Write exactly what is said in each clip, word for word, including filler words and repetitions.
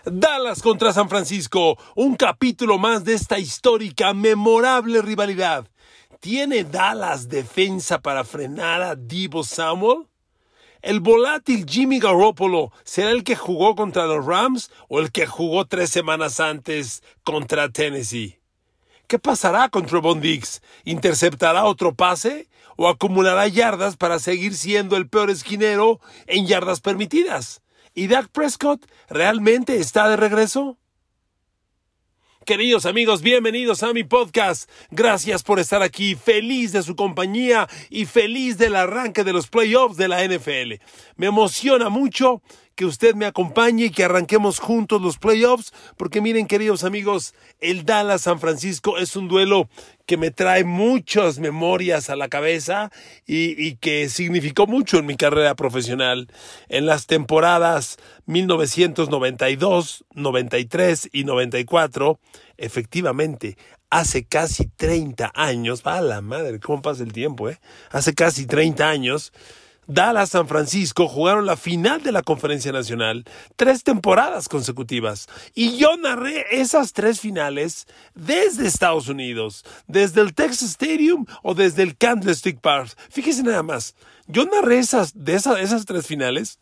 Dallas contra San Francisco, un capítulo más de esta histórica, memorable rivalidad. ¿Tiene Dallas defensa para frenar a Deebo Samuel? ¿El volátil Jimmy Garoppolo será el que jugó contra los Rams o el que jugó tres semanas antes contra Tennessee? ¿Qué pasará con Trevon Diggs? ¿Interceptará otro pase o acumulará yardas para seguir siendo el peor esquinero en yardas permitidas? ¿Y Dak Prescott realmente está de regreso? Queridos amigos, bienvenidos a mi podcast. Gracias por estar aquí. Feliz de su compañía y feliz del arranque de los playoffs de la N F L. Me emociona mucho que usted me acompañe y que arranquemos juntos los playoffs, porque miren, queridos amigos, el Dallas-San Francisco es un duelo que me trae muchas memorias a la cabeza y, y que significó mucho en mi carrera profesional. En las temporadas mil novecientos noventa y dos, noventa y tres y noventa y cuatro, efectivamente, hace casi treinta años, ¡a la madre! ¿Cómo pasa el tiempo, eh? Hace casi treinta años, Dallas, San Francisco jugaron la final de la Conferencia Nacional tres temporadas consecutivas. Y yo narré esas tres finales desde Estados Unidos, desde el Texas Stadium o desde el Candlestick Park. Fíjese nada más, yo narré esas, de esas, esas tres finales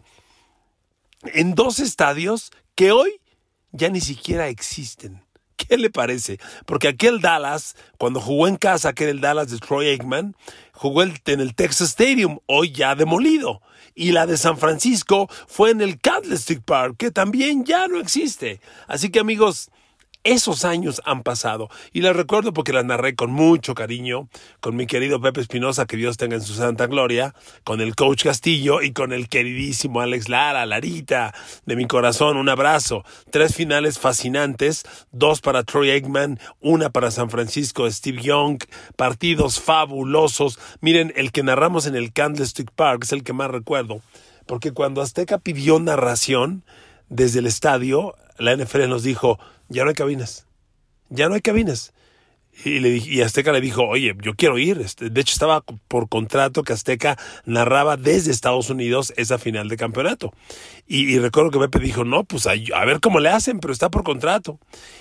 en dos estadios que hoy ya ni siquiera existen. ¿Qué le parece? Porque aquel Dallas, cuando jugó en casa, que era el Dallas de Troy Aikman, jugó el, en el Texas Stadium, hoy ya demolido. Y la de San Francisco fue en el Candlestick Park, que también ya no existe. Así que, amigos, esos años han pasado y las recuerdo porque las narré con mucho cariño, con mi querido Pepe Espinosa, que Dios tenga en su santa gloria, con el coach Castillo y con el queridísimo Alex Lara, Larita, de mi corazón, un abrazo. Tres finales fascinantes, dos para Troy Aikman, una para San Francisco, Steve Young, partidos fabulosos. Miren, el que narramos en el Candlestick Park es el que más recuerdo, porque cuando Azteca pidió narración desde el estadio, la N F L nos dijo: ya no hay cabinas, ya no hay cabinas. Y, le, y Azteca le dijo: oye, yo quiero ir. De hecho, estaba por contrato que Azteca narraba desde Estados Unidos esa final de campeonato. Y, y recuerdo que Pepe dijo: no, pues a, a ver cómo le hacen, pero está por contrato.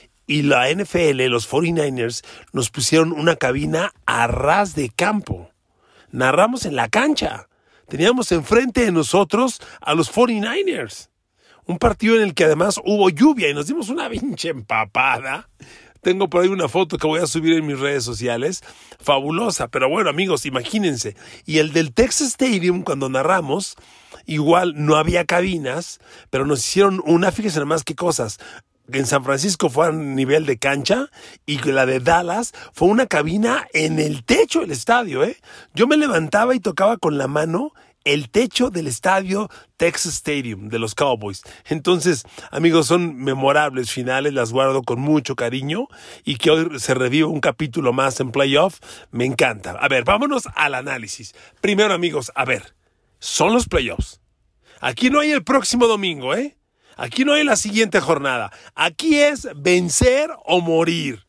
Y la N F L, los cuarenta y nueve ers, nos pusieron una cabina a ras de campo. Narramos en la cancha. Teníamos enfrente de nosotros a los cuarenta y nueve ers. Un partido en el que además hubo lluvia y nos dimos una pinche empapada. Tengo por ahí una foto que voy a subir en mis redes sociales. Fabulosa, pero bueno, amigos, imagínense. Y el del Texas Stadium, cuando narramos, igual no había cabinas, pero nos hicieron una, fíjense nada más qué cosas. En San Francisco fue a nivel de cancha y la de Dallas fue una cabina en el techo del estadio, ¿eh? Yo me levantaba y tocaba con la mano el techo del estadio Texas Stadium de los Cowboys. Entonces, amigos, son memorables finales, las guardo con mucho cariño y que hoy se revive un capítulo más en playoff, me encanta. A ver, vámonos al análisis. Primero, amigos, a ver, son los playoffs. Aquí no hay el próximo domingo, ¿eh? Aquí no hay la siguiente jornada. Aquí es vencer o morir.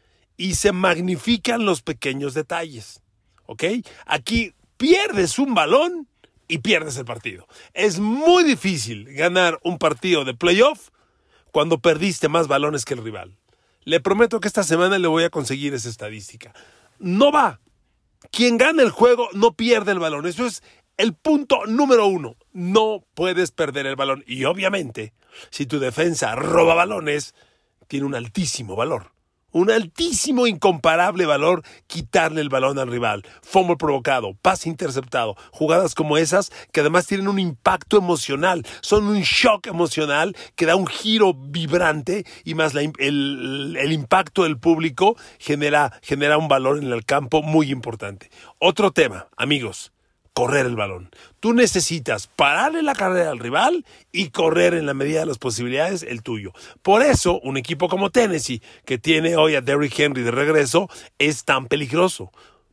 Y se magnifican los pequeños detalles, ¿ok? Aquí pierdes un balón y pierdes el partido. Es muy difícil ganar un partido de playoff cuando perdiste más balones que el rival. Le prometo que esta semana le voy a conseguir esa estadística. No va. Quien gana el juego no pierde el balón. Eso es el punto número uno. No puedes perder el balón. Y obviamente, si tu defensa roba balones, tiene un altísimo valor. Un altísimo, incomparable valor quitarle el balón al rival. Fumble provocado, pase interceptado, jugadas como esas que además tienen un impacto emocional, son un shock emocional que da un giro vibrante y más la, el, el impacto del público genera, genera un valor en el campo muy importante. Otro tema, amigos. Correr el balón. Tú necesitas pararle la carrera al rival y correr en la medida de las posibilidades el tuyo. Por eso, un equipo como Tennessee, que tiene hoy a Derrick Henry de regreso, es tan peligroso.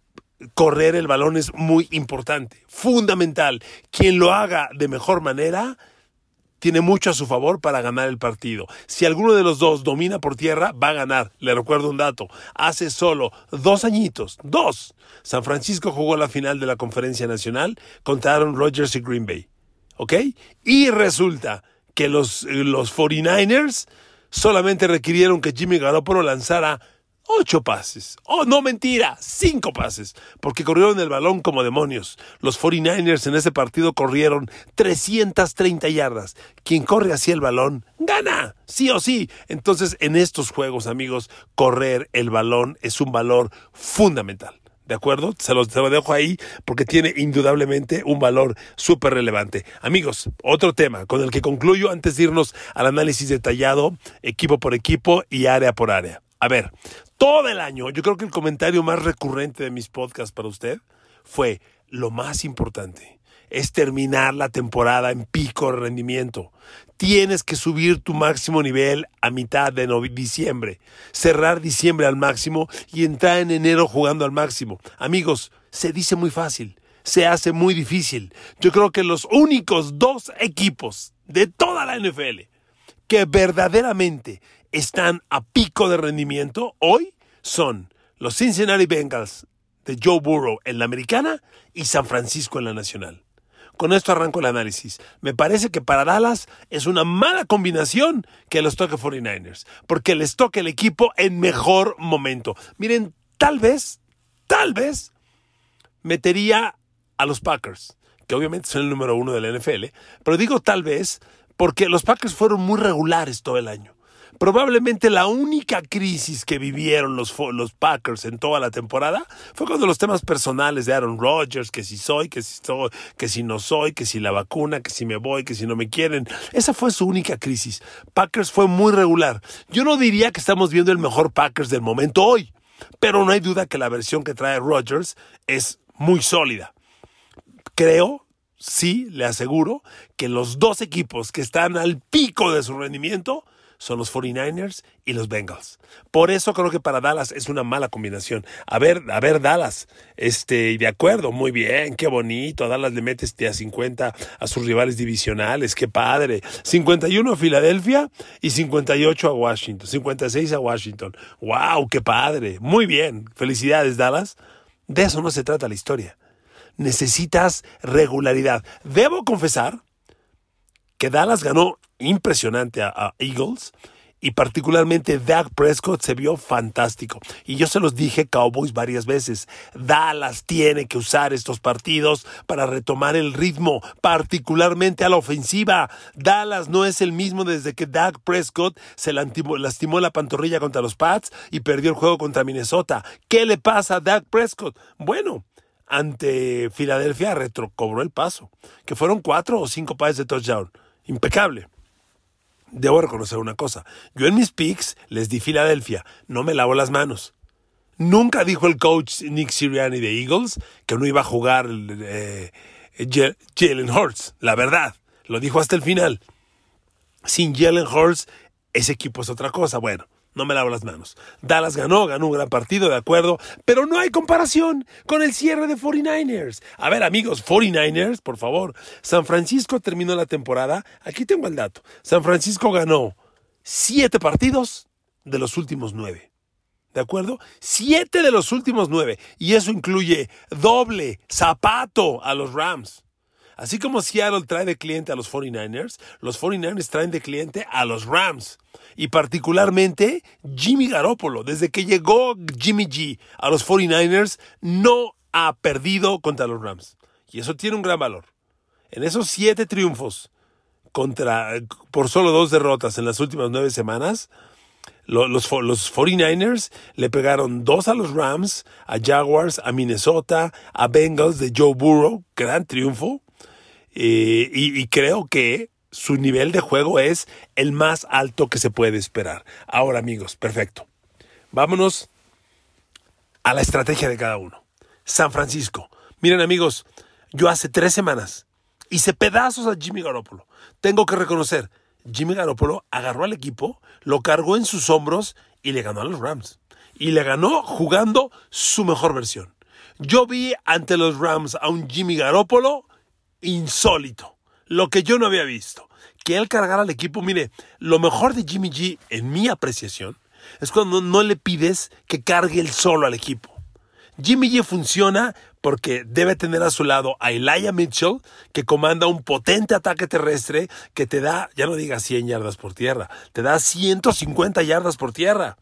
Correr el balón es muy importante, fundamental. Quien lo haga de mejor manera tiene mucho a su favor para ganar el partido. Si alguno de los dos domina por tierra, va a ganar. Le recuerdo un dato. Hace solo dos añitos, dos, San Francisco jugó la final de la Conferencia Nacional contra Aaron Rodgers y Green Bay. ¿Ok? Y resulta que los, los cuarenta y nueve ers solamente requirieron que Jimmy Garoppolo lanzara ocho pases. Oh, no, mentira, cinco pases, porque corrieron el balón como demonios. Los cuarenta y nueve ers en ese partido corrieron trescientas treinta yardas. Quien corre hacia el balón, gana, sí o sí. Entonces, en estos juegos, amigos, correr el balón es un valor fundamental. ¿De acuerdo? Se lo, se lo dejo ahí porque tiene indudablemente un valor súper relevante. Amigos, otro tema con el que concluyo antes de irnos al análisis detallado, equipo por equipo y área por área. A ver, todo el año, yo creo que el comentario más recurrente de mis podcasts para usted fue: lo más importante es terminar la temporada en pico de rendimiento. Tienes que subir tu máximo nivel a mitad de diciembre, cerrar diciembre al máximo y entrar en enero jugando al máximo. Amigos, se dice muy fácil, se hace muy difícil. Yo creo que los únicos dos equipos de toda la N F L que verdaderamente están a pico de rendimiento hoy son los Cincinnati Bengals de Joe Burrow en la americana y San Francisco en la nacional. Con esto arranco el análisis. Me parece que para Dallas es una mala combinación que los toque cuarenta y nueve ers, porque les toque el equipo en mejor momento. Miren, tal vez, tal vez metería a los Packers, que obviamente son el número uno de la N F L, pero digo tal vez porque los Packers fueron muy regulares todo el año. Probablemente la única crisis que vivieron los, los Packers en toda la temporada fue cuando los temas personales de Aaron Rodgers, que si soy, que si soy, que si no soy, que si la vacuna, que si me voy, que si no me quieren. Esa fue su única crisis. Packers fue muy regular. Yo no diría que estamos viendo el mejor Packers del momento hoy, pero no hay duda que la versión que trae Rodgers es muy sólida. Creo, sí, le aseguro, que los dos equipos que están al pico de su rendimiento son los cuarenta y nueve ers y los Bengals. Por eso creo que para Dallas es una mala combinación. A ver, a ver, Dallas, este, de acuerdo, muy bien, qué bonito. A Dallas le mete este a cincuenta a sus rivales divisionales, qué padre. cincuenta y uno a Filadelfia y cincuenta y ocho a Washington, cincuenta y seis a Washington. ¡Wow, qué padre! Muy bien, felicidades, Dallas. De eso no se trata la historia. Necesitas regularidad. Debo confesar que Dallas ganó impresionante a, a Eagles y particularmente Dak Prescott se vio fantástico. Y yo se los dije, Cowboys, varias veces. Dallas tiene que usar estos partidos para retomar el ritmo, particularmente a la ofensiva. Dallas no es el mismo desde que Dak Prescott se lastimó, lastimó la pantorrilla contra los Pats y perdió el juego contra Minnesota. ¿Qué le pasa a Dak Prescott? Bueno, ante Filadelfia retrocobró el paso, que fueron cuatro o cinco pases de touchdown. Impecable. Debo reconocer una cosa. Yo en mis picks les di Filadelfia. No me lavo las manos. Nunca dijo el coach Nick Sirianni de Eagles que no iba a jugar eh, Jalen Hurts. La verdad. Lo dijo hasta el final. Sin Jalen Hurts, ese equipo es otra cosa. Bueno, no me lavo las manos. Dallas ganó, ganó un gran partido, de acuerdo, pero no hay comparación con el cierre de cuarenta y nueve ers. A ver, amigos, cuarenta y nueve ers, por favor. San Francisco terminó la temporada, aquí tengo el dato. San Francisco ganó siete partidos de los últimos nueve. ¿De acuerdo? Siete de los últimos nueve. Y eso incluye doble zapato a los Rams. Así como Seattle trae de cliente a los cuarenta y nueve ers, los cuarenta y nueve ers traen de cliente a los Rams. Y particularmente Jimmy Garoppolo. Desde que llegó Jimmy G a los cuarenta y nueve ers, no ha perdido contra los Rams. Y eso tiene un gran valor. En esos siete triunfos contra, por solo dos derrotas en las últimas nueve semanas, los, los, los cuarenta y nueve ers le pegaron dos a los Rams, a Jaguars, a Minnesota, a Bengals de Joe Burrow. Gran triunfo. Eh, y, y creo que su nivel de juego es el más alto que se puede esperar. Ahora, amigos, perfecto. Vámonos a la estrategia de cada uno. San Francisco. Miren, amigos, yo hace tres semanas hice pedazos a Jimmy Garoppolo. Tengo que reconocer, Jimmy Garoppolo agarró al equipo, lo cargó en sus hombros y le ganó a los Rams. Y le ganó jugando su mejor versión. Yo vi ante los Rams a un Jimmy Garoppolo insólito, lo que yo no había visto, que él cargara al equipo. Mire, lo mejor de Jimmy G, en mi apreciación, es cuando no le pides que cargue él solo al equipo. Jimmy G funciona porque debe tener a su lado a Elijah Mitchell, que comanda un potente ataque terrestre que te da, ya no digas cien yardas por tierra, te da ciento cincuenta yardas por tierra.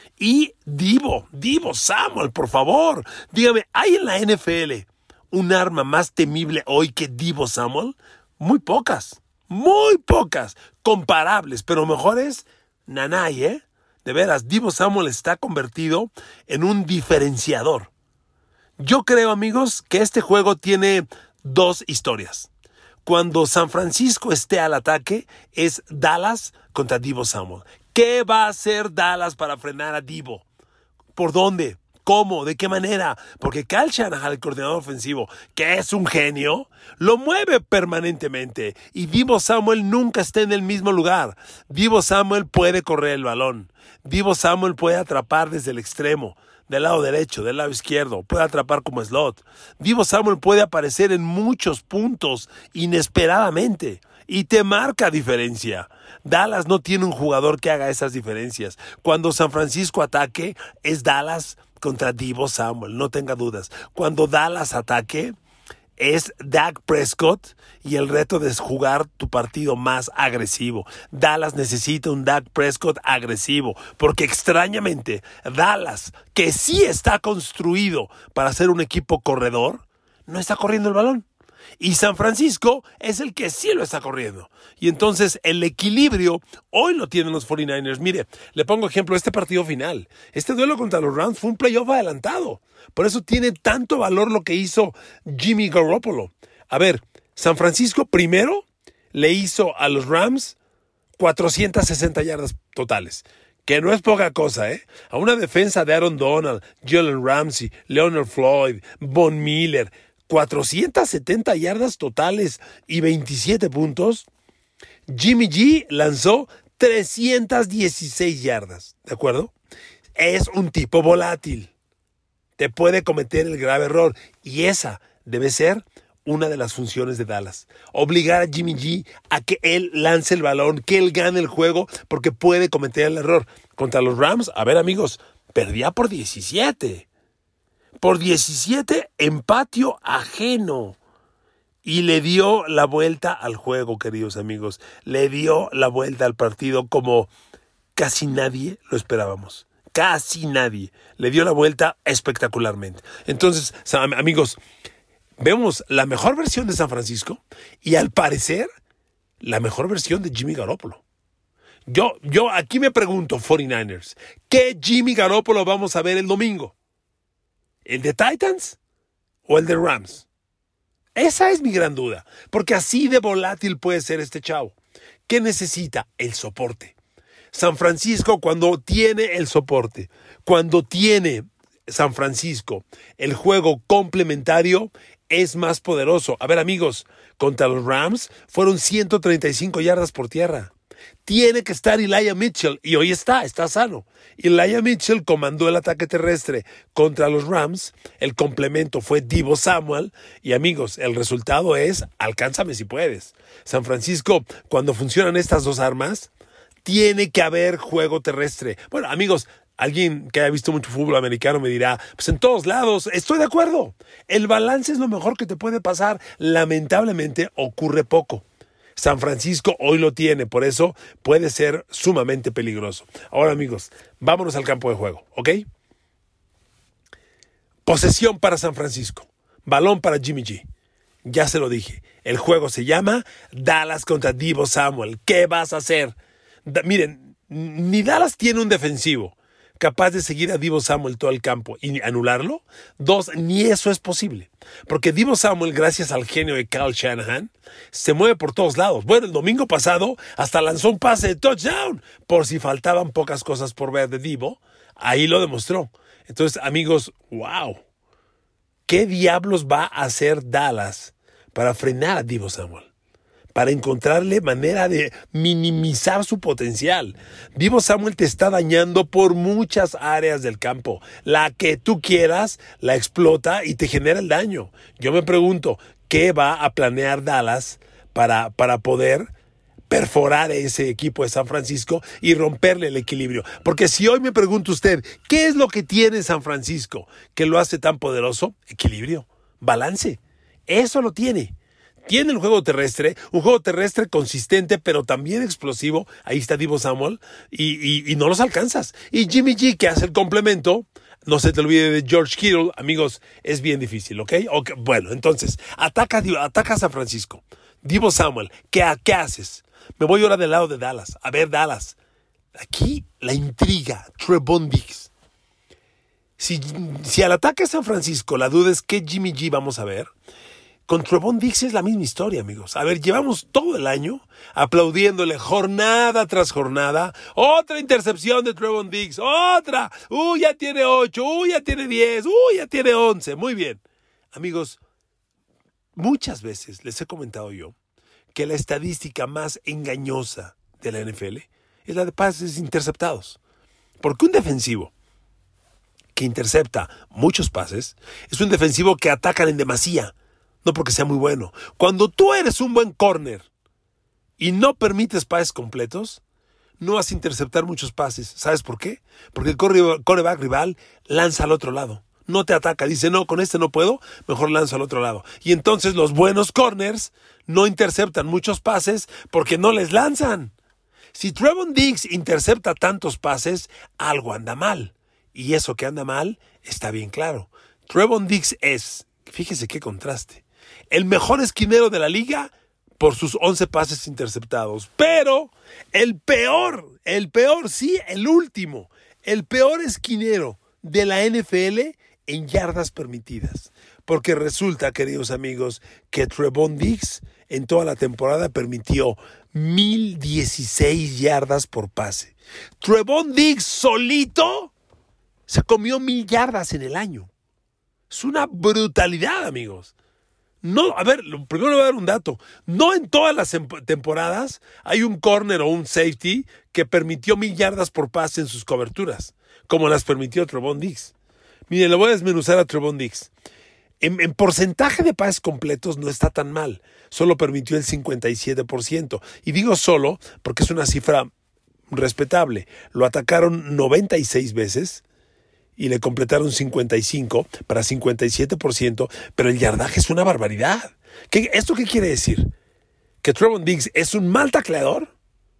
Y Deebo, Deebo Samuel, por favor, dígame, ¿hay en la N F L un arma más temible hoy que Deebo Samuel? Muy pocas, muy pocas, comparables, pero mejores, nanay, ¿eh? De veras, Deebo Samuel está convertido en un diferenciador. Yo creo, amigos, que este juego tiene dos historias. Cuando San Francisco esté al ataque, es Dallas contra Deebo Samuel. ¿Qué va a hacer Dallas para frenar a Deebo? ¿Por dónde? ¿Cómo? ¿De qué manera? Porque Kyle Shanahan, el coordinador ofensivo, que es un genio, lo mueve permanentemente. Y Deebo Samuel nunca está en el mismo lugar. Deebo Samuel puede correr el balón. Deebo Samuel puede atrapar desde el extremo, del lado derecho, del lado izquierdo. Puede atrapar como slot. Deebo Samuel puede aparecer en muchos puntos inesperadamente. Y te marca diferencia. Dallas no tiene un jugador que haga esas diferencias. Cuando San Francisco ataque, es Dallas contra Deebo Samuel, no tenga dudas. Cuando Dallas ataque, es Dak Prescott y el reto de jugar tu partido más agresivo. Dallas necesita un Dak Prescott agresivo, porque extrañamente, Dallas, que sí está construido para ser un equipo corredor, no está corriendo el balón. Y San Francisco es el que sí lo está corriendo. Y entonces el equilibrio hoy lo tienen los cuarenta y nueve ers. Mire, le pongo ejemplo este partido final. Este duelo contra los Rams fue un playoff adelantado. Por eso tiene tanto valor lo que hizo Jimmy Garoppolo. A ver, San Francisco primero le hizo a los Rams cuatrocientas sesenta yardas totales. Que no es poca cosa, ¿eh? A una defensa de Aaron Donald, Jalen Ramsey, Leonard Floyd, Von Miller, cuatrocientas setenta yardas totales y veintisiete puntos. Jimmy G lanzó trescientas dieciséis yardas, ¿de acuerdo? Es un tipo volátil. Te puede cometer el grave error. Y esa debe ser una de las funciones de Dallas. Obligar a Jimmy G a que él lance el balón, que él gane el juego, porque puede cometer el error. Contra los Rams, a ver amigos, perdía por diecisiete. Por diecisiete en patio ajeno. Y le dio la vuelta al juego, queridos amigos. Le dio la vuelta al partido como casi nadie lo esperábamos. Casi nadie. Le dio la vuelta espectacularmente. Entonces, amigos, vemos la mejor versión de San Francisco y al parecer la mejor versión de Jimmy Garoppolo. Yo, yo aquí me pregunto, cuarenta y nueve ers, ¿qué Jimmy Garoppolo vamos a ver el domingo? ¿El de Titans o el de Rams? Esa es mi gran duda, porque así de volátil puede ser este chavo. ¿Qué necesita? El soporte. San Francisco, cuando tiene el soporte, cuando tiene San Francisco el juego complementario, es más poderoso. A ver, amigos, contra los Rams fueron ciento treinta y cinco yardas por tierra. Tiene que estar Elijah Mitchell, y hoy está, está sano. Elijah Mitchell comandó el ataque terrestre contra los Rams, el complemento fue Deebo Samuel, y amigos, el resultado es, alcánzame si puedes. San Francisco, cuando funcionan estas dos armas, tiene que haber juego terrestre. Bueno, amigos, alguien que haya visto mucho fútbol americano me dirá, pues en todos lados, estoy de acuerdo. El balance es lo mejor que te puede pasar. Lamentablemente ocurre poco. San Francisco hoy lo tiene, por eso puede ser sumamente peligroso. Ahora, amigos, vámonos al campo de juego, ¿ok? Posesión para San Francisco. Balón para Jimmy G. Ya se lo dije. El juego se llama Dallas contra Deebo Samuel. ¿Qué vas a hacer? Da- miren, ni Dallas tiene un defensivo capaz de seguir a Deebo Samuel todo el campo y anularlo. Dos, ni eso es posible. Porque Deebo Samuel, gracias al genio de Kyle Shanahan, se mueve por todos lados. Bueno, el domingo pasado hasta lanzó un pase de touchdown. Por si faltaban pocas cosas por ver de Deebo, ahí lo demostró. Entonces, amigos, wow. ¿Qué diablos va a hacer Dallas para frenar a Deebo Samuel? Para encontrarle manera de minimizar su potencial. Deebo Samuel te está dañando por muchas áreas del campo. La que tú quieras, la explota y te genera el daño. Yo me pregunto, ¿qué va a planear Dallas para, para poder perforar ese equipo de San Francisco y romperle el equilibrio. Porque si hoy me pregunta usted, ¿qué es lo que tiene San Francisco que lo hace tan poderoso? Equilibrio, balance. Eso lo tiene. Tiene el juego terrestre, un juego terrestre consistente, pero también explosivo. Ahí está Deebo Samuel y, y, y no los alcanzas. Y Jimmy G, que hace el complemento, no se te olvide de George Kittle, amigos, es bien difícil, ¿ok? okay bueno, entonces, ataca, ataca a San Francisco. Deebo Samuel, ¿qué, ¿qué haces? Me voy ahora del lado de Dallas. A ver, Dallas. Aquí la intriga, Trevon Diggs. Si, si al ataque a San Francisco la duda es qué Jimmy G vamos a ver, con Trevon Diggs es la misma historia, amigos. A ver, llevamos todo el año aplaudiéndole jornada tras jornada. Otra intercepción de Trevon Diggs. Otra. Uy, ya tiene ocho. Uy, ya tiene diez. Uy, ya tiene once. Muy bien. Amigos, muchas veces les he comentado yo que la estadística más engañosa de la N F L es la de pases interceptados. Porque un defensivo que intercepta muchos pases es un defensivo que atacan en demasía. No porque sea muy bueno. Cuando tú eres un buen corner y no permites pases completos, no vas a interceptar muchos pases. ¿Sabes por qué? Porque el quarterback rival lanza al otro lado. No te ataca. Dice, no, con este no puedo, mejor lanzo al otro lado. Y entonces los buenos corners no interceptan muchos pases porque no les lanzan. Si Trevon Diggs intercepta tantos pases, algo anda mal. Y eso que anda mal está bien claro. Trevon Diggs es, fíjese qué contraste, el mejor esquinero de la liga por sus once pases interceptados. Pero el peor, el peor, sí, el último, el peor esquinero de la N F L en yardas permitidas. Porque resulta, queridos amigos, que Trevon Diggs en toda la temporada permitió mil dieciséis yardas por pase. Trevon Diggs solito se comió mil yardas en el año. Es una brutalidad, amigos. No, a ver, primero le voy a dar un dato. No en todas las temporadas hay un corner o un safety que permitió mil yardas por pase en sus coberturas, como las permitió Trevon Diggs. Mire, le voy a desmenuzar a Trevon Diggs. En, en porcentaje de pases completos no está tan mal. Solo permitió el cincuenta y siete por ciento. Y digo solo porque es una cifra respetable. Lo atacaron noventa y seis veces y le completaron cincuenta y cinco para cincuenta y siete por ciento, pero el yardaje es una barbaridad. ¿Qué, ¿Esto qué quiere decir? ¿Que Trevon Diggs es un mal tacleador?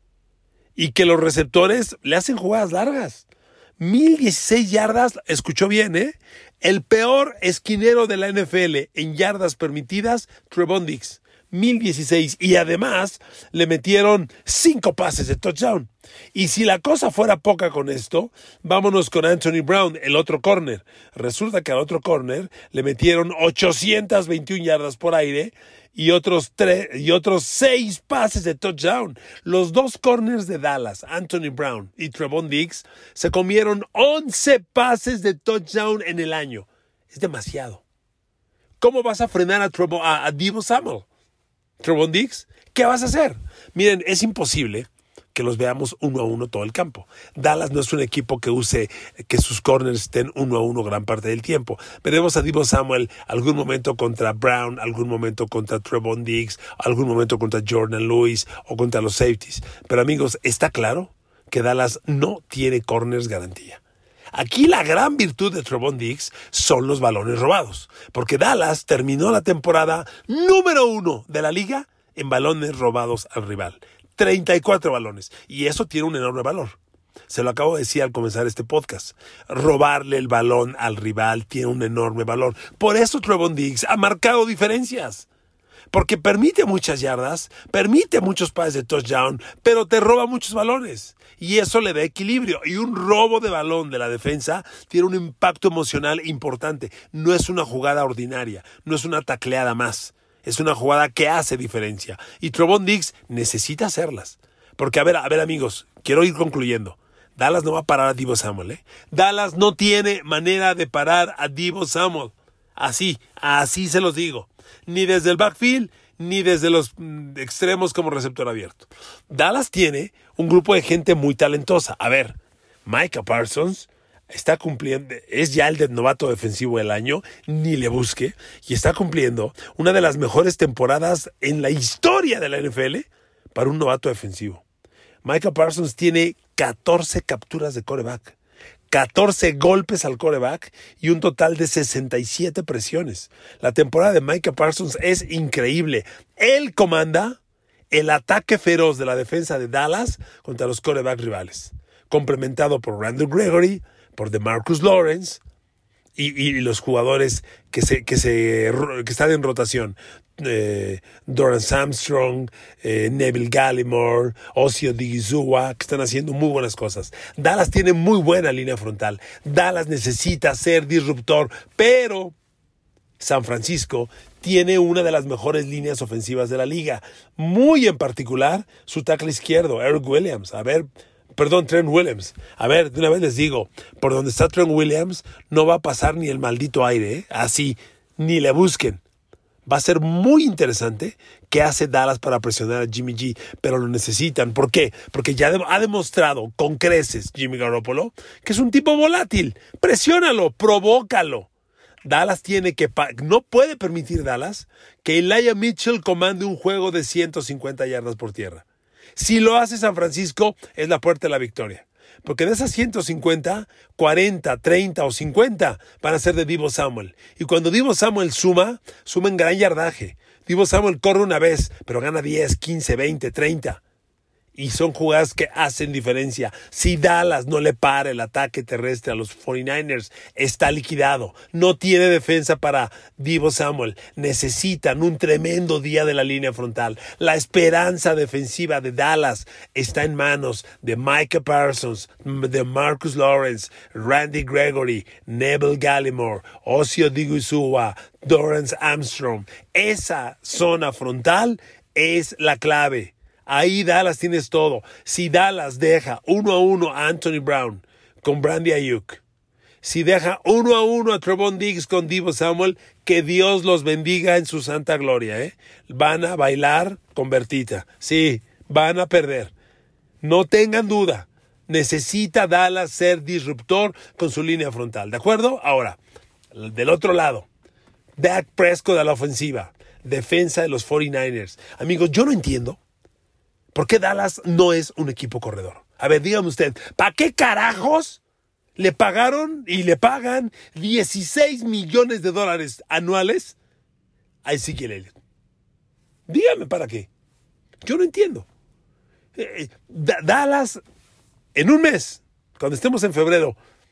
Y que los receptores le hacen jugadas largas. mil dieciséis yardas, escuchó bien, ¿eh? El peor esquinero de la N F L en yardas permitidas, Trevon Diggs. mil dieciséis. Y además le metieron cinco pases de touchdown. Y si la cosa fuera poca con esto, vámonos con Anthony Brown, el otro corner. Resulta que al otro corner le metieron ochocientas veintiuna yardas por aire y otros tres, y otros seis pases de touchdown. Los dos corners de Dallas, Anthony Brown y Trevon Diggs, se comieron once pases de touchdown en el año. Es demasiado. ¿Cómo vas a frenar a, Trevon, a, a Deebo Samuel? Trevon Diggs, ¿qué vas a hacer? Miren, es imposible que los veamos uno a uno todo el campo. Dallas no es un equipo que use que sus corners estén uno a uno gran parte del tiempo. Veremos a Deebo Samuel algún momento contra Brown, algún momento contra Trevon Diggs, algún momento contra Jordan Lewis o contra los safeties. Pero amigos, está claro que Dallas no tiene corners garantía. Aquí la gran virtud de Trevon Diggs son los balones robados, porque Dallas terminó la temporada número uno de la liga en balones robados al rival. treinta y cuatro balones, y eso tiene un enorme valor. Se lo acabo de decir al comenzar este podcast. Robarle el balón al rival tiene un enorme valor. Por eso Trevon Diggs ha marcado diferencias. Porque permite muchas yardas, permite muchos pases de touchdown, pero te roba muchos balones. Y eso le da equilibrio. Y un robo de balón de la defensa tiene un impacto emocional importante. No es una jugada ordinaria, no es una tacleada más. Es una jugada que hace diferencia. Y Trevon Diggs necesita hacerlas. Porque, a ver, a ver amigos, quiero ir concluyendo. Dallas no va a parar a Deebo Samuel, ¿eh? Dallas no tiene manera de parar a Deebo Samuel. Así, así se los digo. Ni desde el backfield, ni desde los extremos como receptor abierto. Dallas tiene un grupo de gente muy talentosa. A ver, Micah Parsons está cumpliendo, es ya el de novato defensivo del año, ni le busque, y está cumpliendo una de las mejores temporadas en la historia de la N F L para un novato defensivo. Micah Parsons tiene catorce capturas de quarterback, catorce golpes al quarterback y un total de sesenta y siete presiones. La temporada de Micah Parsons es increíble. Él comanda el ataque feroz de la defensa de Dallas contra los quarterback rivales, complementado por Randall Gregory, por DeMarcus Lawrence y, y los jugadores que, se, que, se, que están en rotación. Eh, Dorrance Armstrong, eh, Neville Gallimore, Osi Odigizua, que están haciendo muy buenas cosas. Dallas tiene muy buena línea frontal. Dallas necesita ser disruptor, pero San Francisco tiene una de las mejores líneas ofensivas de la liga. Muy en particular, su tackle izquierdo, Eric Williams. A ver, perdón, Trent Williams. A ver, de una vez les digo, por donde está Trent Williams no va a pasar ni el maldito aire, ¿eh? Así, ni le busquen. Va a ser muy interesante qué hace Dallas para presionar a Jimmy G, pero lo necesitan. ¿Por qué? Porque ya ha demostrado con creces Jimmy Garoppolo que es un tipo volátil. Presiónalo, provócalo. Dallas tiene que... No puede permitir Dallas que Elijah Mitchell comande un juego de ciento cincuenta yardas por tierra. Si lo hace San Francisco, es la puerta de la victoria. Porque de esas ciento cincuenta, cuarenta, treinta o cincuenta van a ser de Deebo Samuel. Y cuando Deebo Samuel suma, suma en gran yardaje. Deebo Samuel corre una vez, pero gana diez, quince, veinte, treinta. Y son jugadas que hacen diferencia. Si Dallas no le para el ataque terrestre a los cuarenta y nueve ers, está liquidado. No tiene defensa para Deebo Samuel. Necesitan un tremendo día de la línea frontal. La esperanza defensiva de Dallas está en manos de Micah Parsons, de Marcus Lawrence, Randy Gregory, Neville Gallimore, Osi Odigizua, Dorrance Armstrong. Esa zona frontal es la clave. Ahí Dallas tienes todo. Si Dallas deja uno a uno a Anthony Brown con Brandon Aiyuk, si deja uno a uno a Trevon Diggs con Deebo Samuel, que Dios los bendiga en su santa gloria, ¿eh? Van a bailar con Bertita. Sí, van a perder. No tengan duda. Necesita Dallas ser disruptor con su línea frontal. ¿De acuerdo? Ahora, del otro lado, Dak Prescott a la ofensiva. Defensa de los cuarenta y nueve ers. Amigos, yo no entiendo ¿por qué Dallas no es un equipo corredor? A ver, dígame usted, ¿para qué carajos le pagaron y le pagan dieciséis millones de dólares anuales a Ezekiel Elliott? Dígame para qué. Yo no entiendo. Eh, D- Dallas, en un mes, cuando estemos en febrero,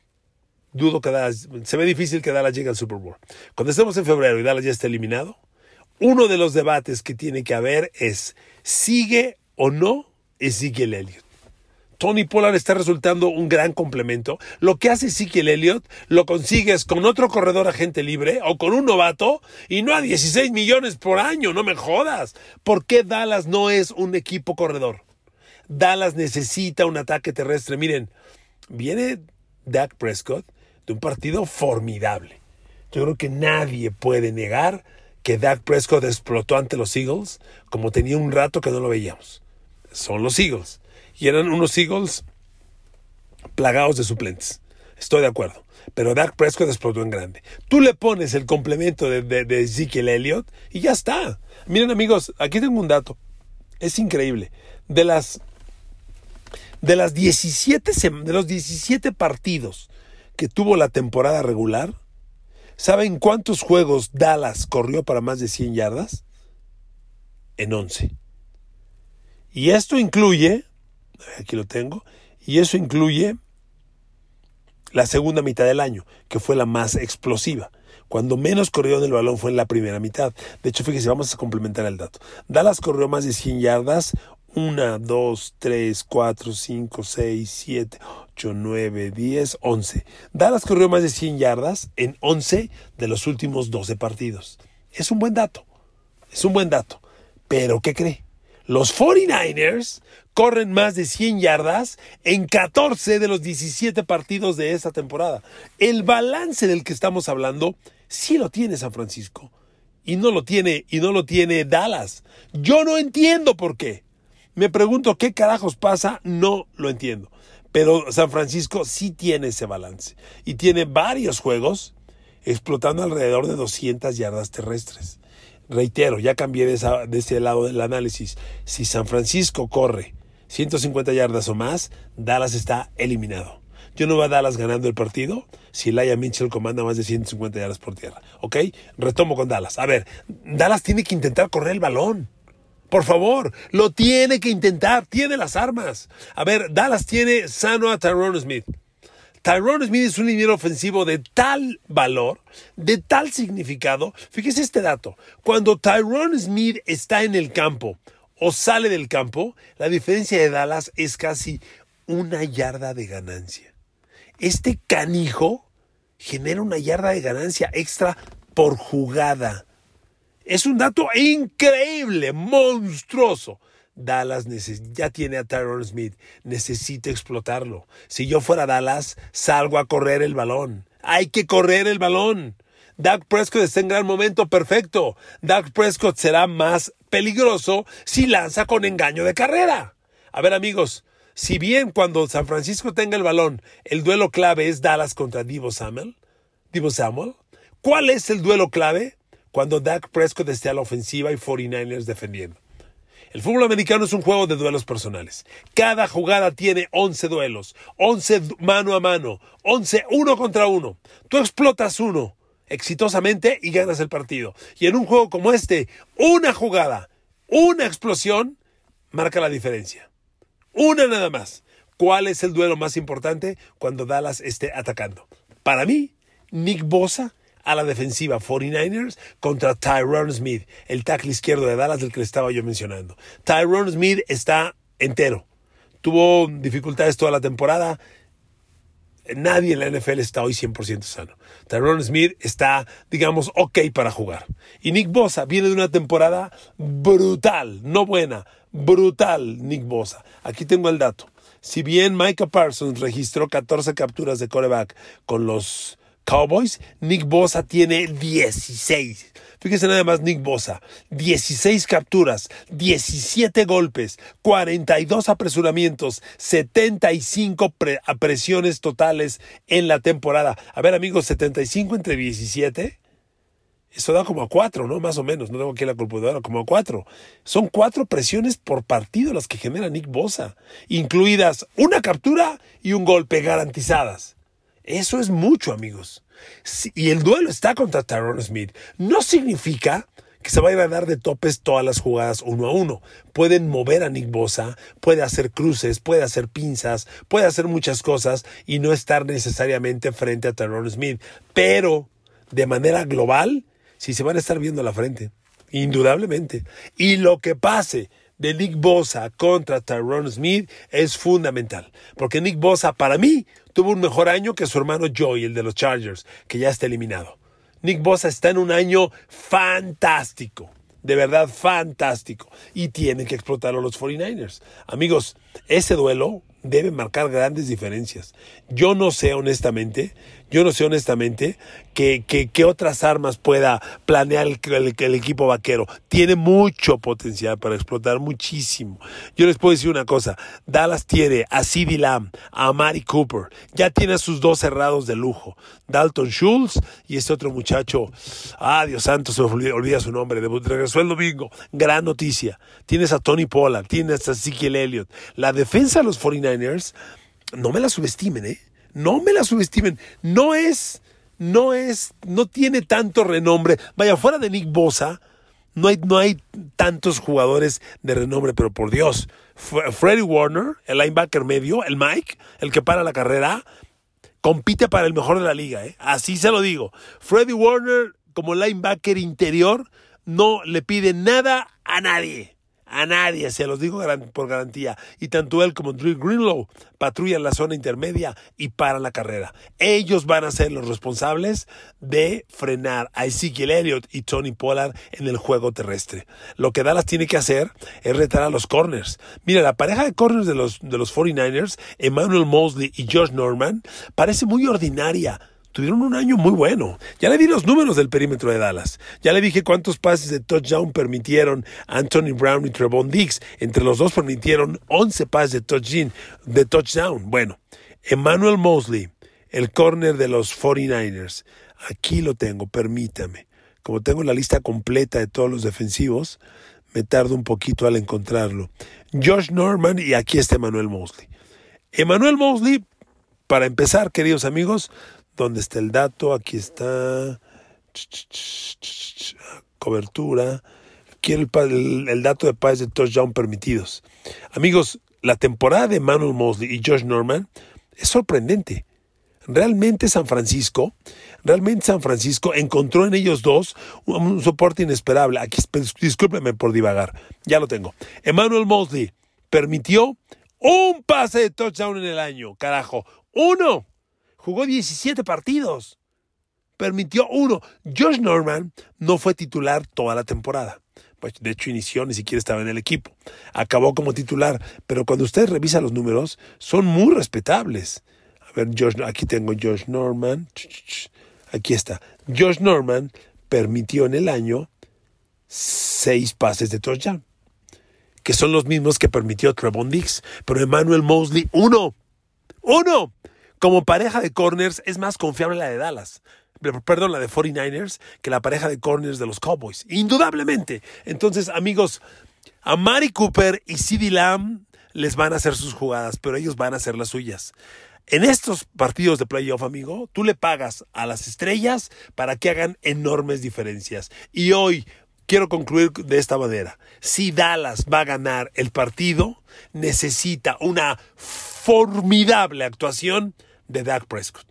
dudo que Dallas, se ve difícil que Dallas llegue al Super Bowl. Cuando estemos en febrero y Dallas ya esté eliminado, uno de los debates que tiene que haber es, ¿sigue o no Ezekiel Elliott? Tony Pollard está resultando un gran complemento. Lo que hace Ezekiel Elliott lo consigues con otro corredor agente libre o con un novato y no a dieciséis millones por año, no me jodas. ¿Por qué Dallas no es un equipo corredor? Dallas necesita un ataque terrestre. Miren, viene Dak Prescott de un partido formidable. Yo creo que nadie puede negar que Dak Prescott explotó ante los Eagles como tenía un rato que no lo veíamos. Son los Eagles. Y eran unos Eagles plagados de suplentes. Estoy de acuerdo. Pero Dak Prescott explotó en grande. Tú le pones el complemento de, de, de Ezekiel Elliott y ya está. Miren, amigos, aquí tengo un dato. Es increíble. De las, de las diecisiete, de los diecisiete partidos que tuvo la temporada regular, ¿saben cuántos juegos Dallas corrió para más de cien yardas? En once. Y esto incluye, aquí lo tengo, y eso incluye la segunda mitad del año, que fue la más explosiva. Cuando menos corrió en el balón fue en la primera mitad. De hecho, fíjese, vamos a complementar el dato. Dallas corrió más de cien yardas, uno, dos, tres, cuatro, cinco, seis, siete, ocho, nueve, diez, once. Dallas corrió más de cien yardas en once de los últimos doce partidos. Es un buen dato, es un buen dato. Pero, ¿qué cree? Los cuarenta y nueve ers corren más de cien yardas en catorce de los diecisiete partidos de esta temporada. El balance del que estamos hablando sí lo tiene San Francisco y no lo tiene, y no lo tiene Dallas. Yo no entiendo por qué. Me pregunto qué carajos pasa, no lo entiendo. Pero San Francisco sí tiene ese balance y tiene varios juegos explotando alrededor de doscientas yardas terrestres. reitero, ya cambié de, esa, de ese lado del análisis. Si San Francisco corre ciento cincuenta yardas o más, Dallas está eliminado. Yo no veo a Dallas ganando el partido si Elijah Mitchell comanda más de ciento cincuenta yardas por tierra. ¿Ok? Retomo con Dallas. A ver, Dallas tiene que intentar correr el balón. Por favor, lo tiene que intentar. Tiene las armas. A ver, Dallas tiene sano a Tyron Smith. Tyron Smith es un liniero ofensivo de tal valor, de tal significado. Fíjese este dato. Cuando Tyron Smith está en el campo o sale del campo, la diferencia de Dallas es casi una yarda de ganancia. Este canijo genera una yarda de ganancia extra por jugada. Es un dato increíble, monstruoso. Dallas neces- ya tiene a Tyron Smith, necesita explotarlo. Si yo fuera Dallas, salgo a correr el balón. Hay que correr el balón. Dak Prescott está en gran momento, perfecto. Dak Prescott será más peligroso si lanza con engaño de carrera. A ver, amigos, si bien cuando San Francisco tenga el balón, el duelo clave es Dallas contra Deebo Samuel, Deebo Samuel, ¿cuál es el duelo clave? Cuando Dak Prescott esté a la ofensiva y cuarenta y nueve ers defendiendo. El fútbol americano es un juego de duelos personales. Cada jugada tiene once duelos, once mano a mano, once uno contra uno. Tú explotas uno exitosamente y ganas el partido. Y en un juego como este, una jugada, una explosión, marca la diferencia. Una nada más. ¿Cuál es el duelo más importante cuando Dallas esté atacando? Para mí, Nick Bosa a la defensiva cuarenta y nueve ers contra Tyron Smith, el tackle izquierdo de Dallas del que le estaba yo mencionando. Tyron Smith está entero. Tuvo dificultades toda la temporada. Nadie en la N F L está hoy cien por ciento sano. Tyron Smith está, digamos, ok para jugar. Y Nick Bosa viene de una temporada brutal, no buena, brutal Nick Bosa. Aquí tengo el dato. Si bien Micah Parsons registró catorce capturas de quarterback con los Cowboys, Nick Bosa tiene dieciséis. Fíjese nada más Nick Bosa. dieciséis capturas, diecisiete golpes, cuarenta y dos apresuramientos, setenta y cinco pre- presiones totales en la temporada. A ver, amigos, setenta y cinco entre diecisiete. Eso da como a cuatro, ¿no? Más o menos. No tengo aquí la calculadora, como a cuatro. Son cuatro presiones por partido las que genera Nick Bosa, incluidas una captura y un golpe garantizadas. Eso es mucho, amigos. Sí, y el duelo está contra Tyron Smith. No significa que se vayan a dar de topes todas las jugadas uno a uno. Pueden mover a Nick Bosa, puede hacer cruces, puede hacer pinzas, puede hacer muchas cosas y no estar necesariamente frente a Tyron Smith. Pero, de manera global, sí se van a estar viendo a la frente. Indudablemente. Y lo que pase de Nick Bosa contra Tyron Smith es fundamental. Porque Nick Bosa, para mí, tuvo un mejor año que su hermano Joey, el de los Chargers, que ya está eliminado. Nick Bosa está en un año fantástico. De verdad fantástico. Y tienen que explotarlo los cuarenta y nueve ers. Amigos, ese duelo debe marcar grandes diferencias. Yo no sé honestamente, yo no sé honestamente que, que, que otras armas pueda planear el, el, el equipo vaquero. Tiene mucho potencial para explotar, muchísimo. Yo les puedo decir una cosa, Dallas tiene a CeeDee Lamb, a Amari Cooper, ya tiene a sus dos cerrados de lujo, Dalton Schultz y este otro muchacho, ah Dios santo, se me olvida, olvida su nombre, regresó el domingo, gran noticia. Tienes a Tony Pollard, tienes a Ezekiel Elliott. La defensa de los cuarenta y nueve ers, no me la subestimen, ¿eh? No me la subestimen. No es, no es, no tiene tanto renombre. Vaya, fuera de Nick Bosa, no hay, no hay tantos jugadores de renombre, pero por Dios, Freddie Warner, el linebacker medio, el Mike, el que para la carrera, compite para el mejor de la liga, ¿eh? Así se lo digo. Freddie Warner, como linebacker interior, no le pide nada a nadie. A nadie, se los digo por garantía. Y tanto él como Drew Greenlow patrullan la zona intermedia y paran la carrera. Ellos van a ser los responsables de frenar a Ezekiel Elliott y Tony Pollard en el juego terrestre. Lo que Dallas tiene que hacer es retar a los corners. Mira, la pareja de corners de los, de los cuarenta y nueve ers, Emmanuel Mosley y Josh Norman, parece muy ordinaria. Tuvieron un año muy bueno. Ya le di los números del perímetro de Dallas. Ya le dije cuántos pases de touchdown permitieron Anthony Brown y Trevon Diggs. Entre los dos permitieron once pases de touchdown. De touchdown. Bueno, Emmanuel Mosley, el corner de los cuarenta y nueve ers. Aquí lo tengo, permítame. como tengo la lista completa de todos los defensivos, me tardo un poquito al encontrarlo. Josh Norman y aquí está Emmanuel Moseley. Emmanuel Moseley, para empezar, queridos amigos, ¿dónde está el dato? Aquí está. Cobertura. Quiero el, el, el dato de pases de touchdown permitidos. Amigos, la temporada de Emmanuel Moseley y Josh Norman es sorprendente. Realmente San Francisco, realmente San Francisco encontró en ellos dos un, un soporte inesperable. Aquí, discúlpenme por divagar, ya lo tengo. Emmanuel Moseley permitió un pase de touchdown en el año, carajo, uno. Jugó diecisiete partidos, permitió uno. Josh Norman no fue titular toda la temporada. Pues de hecho inició, ni siquiera estaba en el equipo. Acabó como titular, pero cuando ustedes revisan los números, son muy respetables. Josh, aquí tengo Josh Norman. Aquí está. Josh Norman permitió en el año seis pases de touchdown, que son los mismos que permitió Trevon Diggs. Pero Emmanuel Moseley, uno. ¡Uno! Como pareja de corners es más confiable la de Dallas. Perdón, la de cuarenta y nueve ers que la pareja de corners de los Cowboys. Indudablemente. Entonces, amigos, Amari Cooper y CeeDee Lamb les van a hacer sus jugadas, pero ellos van a hacer las suyas. En estos partidos de playoff, amigo, tú le pagas a las estrellas para que hagan enormes diferencias. Y hoy quiero concluir de esta manera. Si Dallas va a ganar el partido, necesita una formidable actuación de Dak Prescott.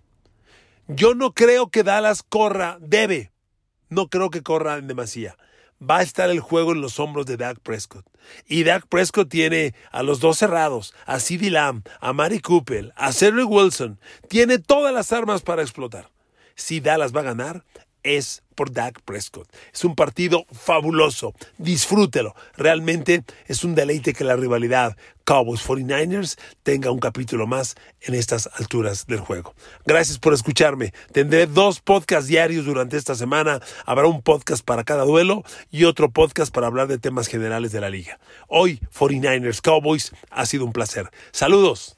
Yo no creo que Dallas corra, debe, no creo que corra en demasía. Va a estar el juego en los hombros de Dak Prescott. Y Dak Prescott tiene a los dos cerrados, a CeeDee Lamb, a Amari Cooper, a Cedric Wilson. Tiene todas las armas para explotar. Si Dallas va a ganar, es por Dak Prescott. Es un partido fabuloso. Disfrútelo. Realmente es un deleite que la rivalidad Cowboys cuarenta y nueve ers tenga un capítulo más en estas alturas del juego. Gracias por escucharme. Tendré dos podcasts diarios durante esta semana. Habrá un podcast para cada duelo y otro podcast para hablar de temas generales de la liga. Hoy, cuarenta y nueve ers Cowboys, ha sido un placer. Saludos.